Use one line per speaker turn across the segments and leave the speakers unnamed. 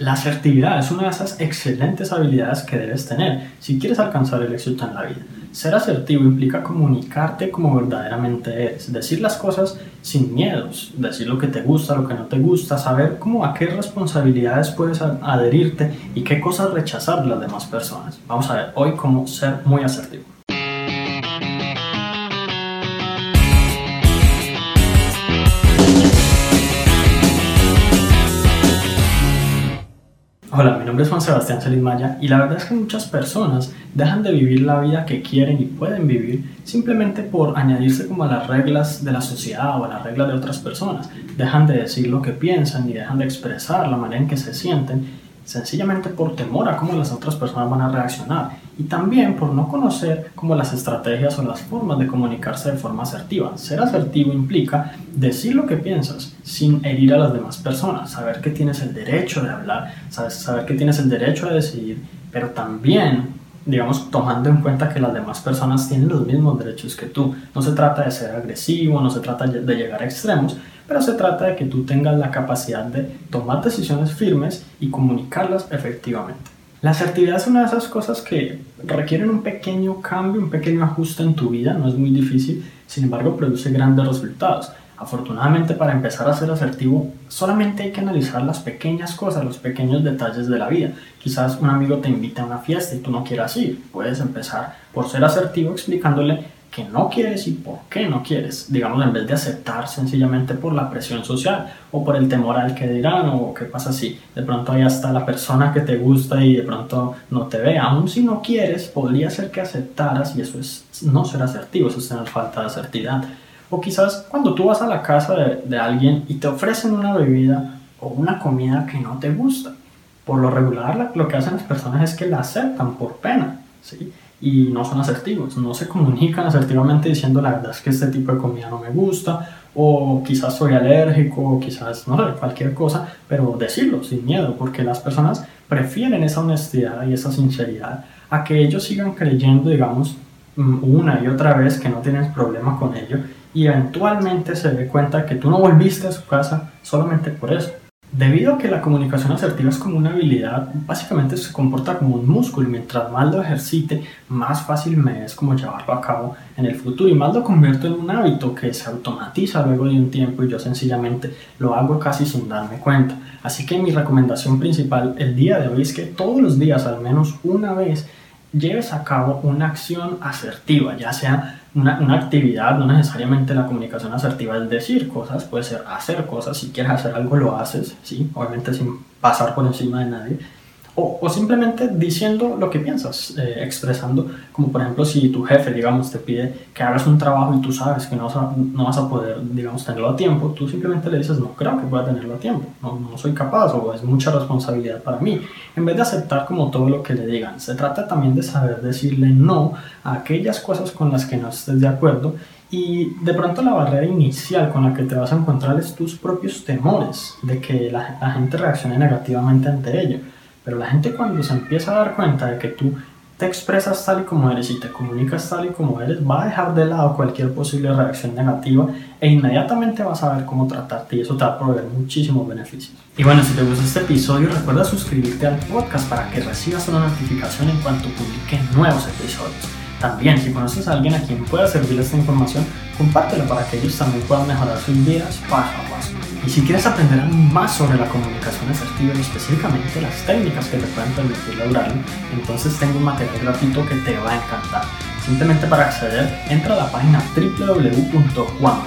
La asertividad es una de esas excelentes habilidades que debes tener si quieres alcanzar el éxito en la vida. Ser asertivo implica comunicarte como verdaderamente eres, decir las cosas sin miedos, decir lo que te gusta, lo que no te gusta, saber a qué responsabilidades puedes adherirte y qué cosas rechazar de las demás personas. Vamos a ver hoy cómo ser muy asertivo. Hola, mi nombre es Juan Sebastián Celis Maya y la verdad es que muchas personas dejan de vivir la vida que quieren y pueden vivir simplemente por añadirse a las reglas de la sociedad o a las reglas de otras personas. Dejan de decir lo que piensan y dejan de expresar la manera en que se sienten sencillamente por temor a cómo las otras personas van a reaccionar y también por no conocer las estrategias o las formas de comunicarse de forma asertiva. Ser asertivo implica decir lo que piensas sin herir a las demás personas, saber que tienes el derecho de hablar, saber que tienes el derecho de decidir, pero también, tomando en cuenta que las demás personas tienen los mismos derechos que tú. No se trata de ser agresivo, no se trata de llegar a extremos, pero se trata de que tú tengas la capacidad de tomar decisiones firmes y comunicarlas efectivamente. La asertividad es una de esas cosas que requieren un pequeño cambio, un pequeño ajuste en tu vida, no es muy difícil, sin embargo produce grandes resultados. Afortunadamente, para empezar a ser asertivo, solamente hay que analizar las pequeñas cosas, los pequeños detalles de la vida. Quizás un amigo te invita a una fiesta y tú no quieras ir. Puedes empezar por ser asertivo explicándole que no quieres y por qué no quieres. En vez de aceptar sencillamente por la presión social o por el temor al que dirán o qué pasa si de pronto ahí está la persona que te gusta y de pronto no te ve. Aún si no quieres, podría ser que aceptaras y eso es no ser asertivo, eso es tener falta de asertividad. O quizás cuando tú vas a la casa de alguien y te ofrecen una bebida o una comida que no te gusta. Por lo regular lo que hacen las personas es que la aceptan por pena, ¿sí? Y no son asertivos, no se comunican asertivamente diciendo la verdad es que este tipo de comida no me gusta o quizás soy alérgico o quizás, no sé, cualquier cosa, pero decirlo sin miedo porque las personas prefieren esa honestidad y esa sinceridad a que ellos sigan creyendo, una y otra vez que no tienes problema con ello y eventualmente se dé cuenta que tú no volviste a su casa solamente por eso. Debido a que la comunicación asertiva es como una habilidad, básicamente se comporta como un músculo y mientras más lo ejercite, más fácil me es llevarlo a cabo en el futuro y más lo convierto en un hábito que se automatiza luego de un tiempo y yo sencillamente lo hago casi sin darme cuenta. Así que mi recomendación principal el día de hoy es que todos los días, al menos una vez, lleves a cabo una acción asertiva, ya sea una actividad, no necesariamente la comunicación asertiva es decir cosas, puede ser hacer cosas, si quieres hacer algo lo haces, ¿sí? Obviamente sin pasar por encima de nadie, o simplemente diciendo lo que piensas, expresando, como por ejemplo si tu jefe, te pide que hagas un trabajo y tú sabes que no vas a poder, tenerlo a tiempo, tú simplemente le dices, no creo que pueda tenerlo a tiempo, no soy capaz o es mucha responsabilidad para mí, en vez de aceptar todo lo que le digan. Se trata también de saber decirle no a aquellas cosas con las que no estés de acuerdo y de pronto la barrera inicial con la que te vas a encontrar es tus propios temores de que la gente reaccione negativamente ante ello. Pero la gente cuando se empieza a dar cuenta de que tú te expresas tal y como eres y te comunicas tal y como eres, va a dejar de lado cualquier posible reacción negativa e inmediatamente vas a ver cómo tratarte y eso te va a proveer muchísimos beneficios. Y bueno, si te gustó este episodio, recuerda suscribirte al podcast para que recibas una notificación en cuanto publique nuevos episodios. También, si conoces a alguien a quien pueda servir esta información, compártelo para que ellos también puedan mejorar sus vidas paso a paso. Y si quieres aprender aún más sobre la comunicación asertiva y específicamente las técnicas que te pueden permitir lograrlo, entonces tengo un material gratuito que te va a encantar. Simplemente para acceder, entra a la página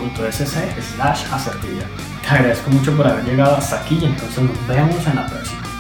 www.juan.sc/asertividad. Te agradezco mucho por haber llegado hasta aquí y entonces nos vemos en la próxima.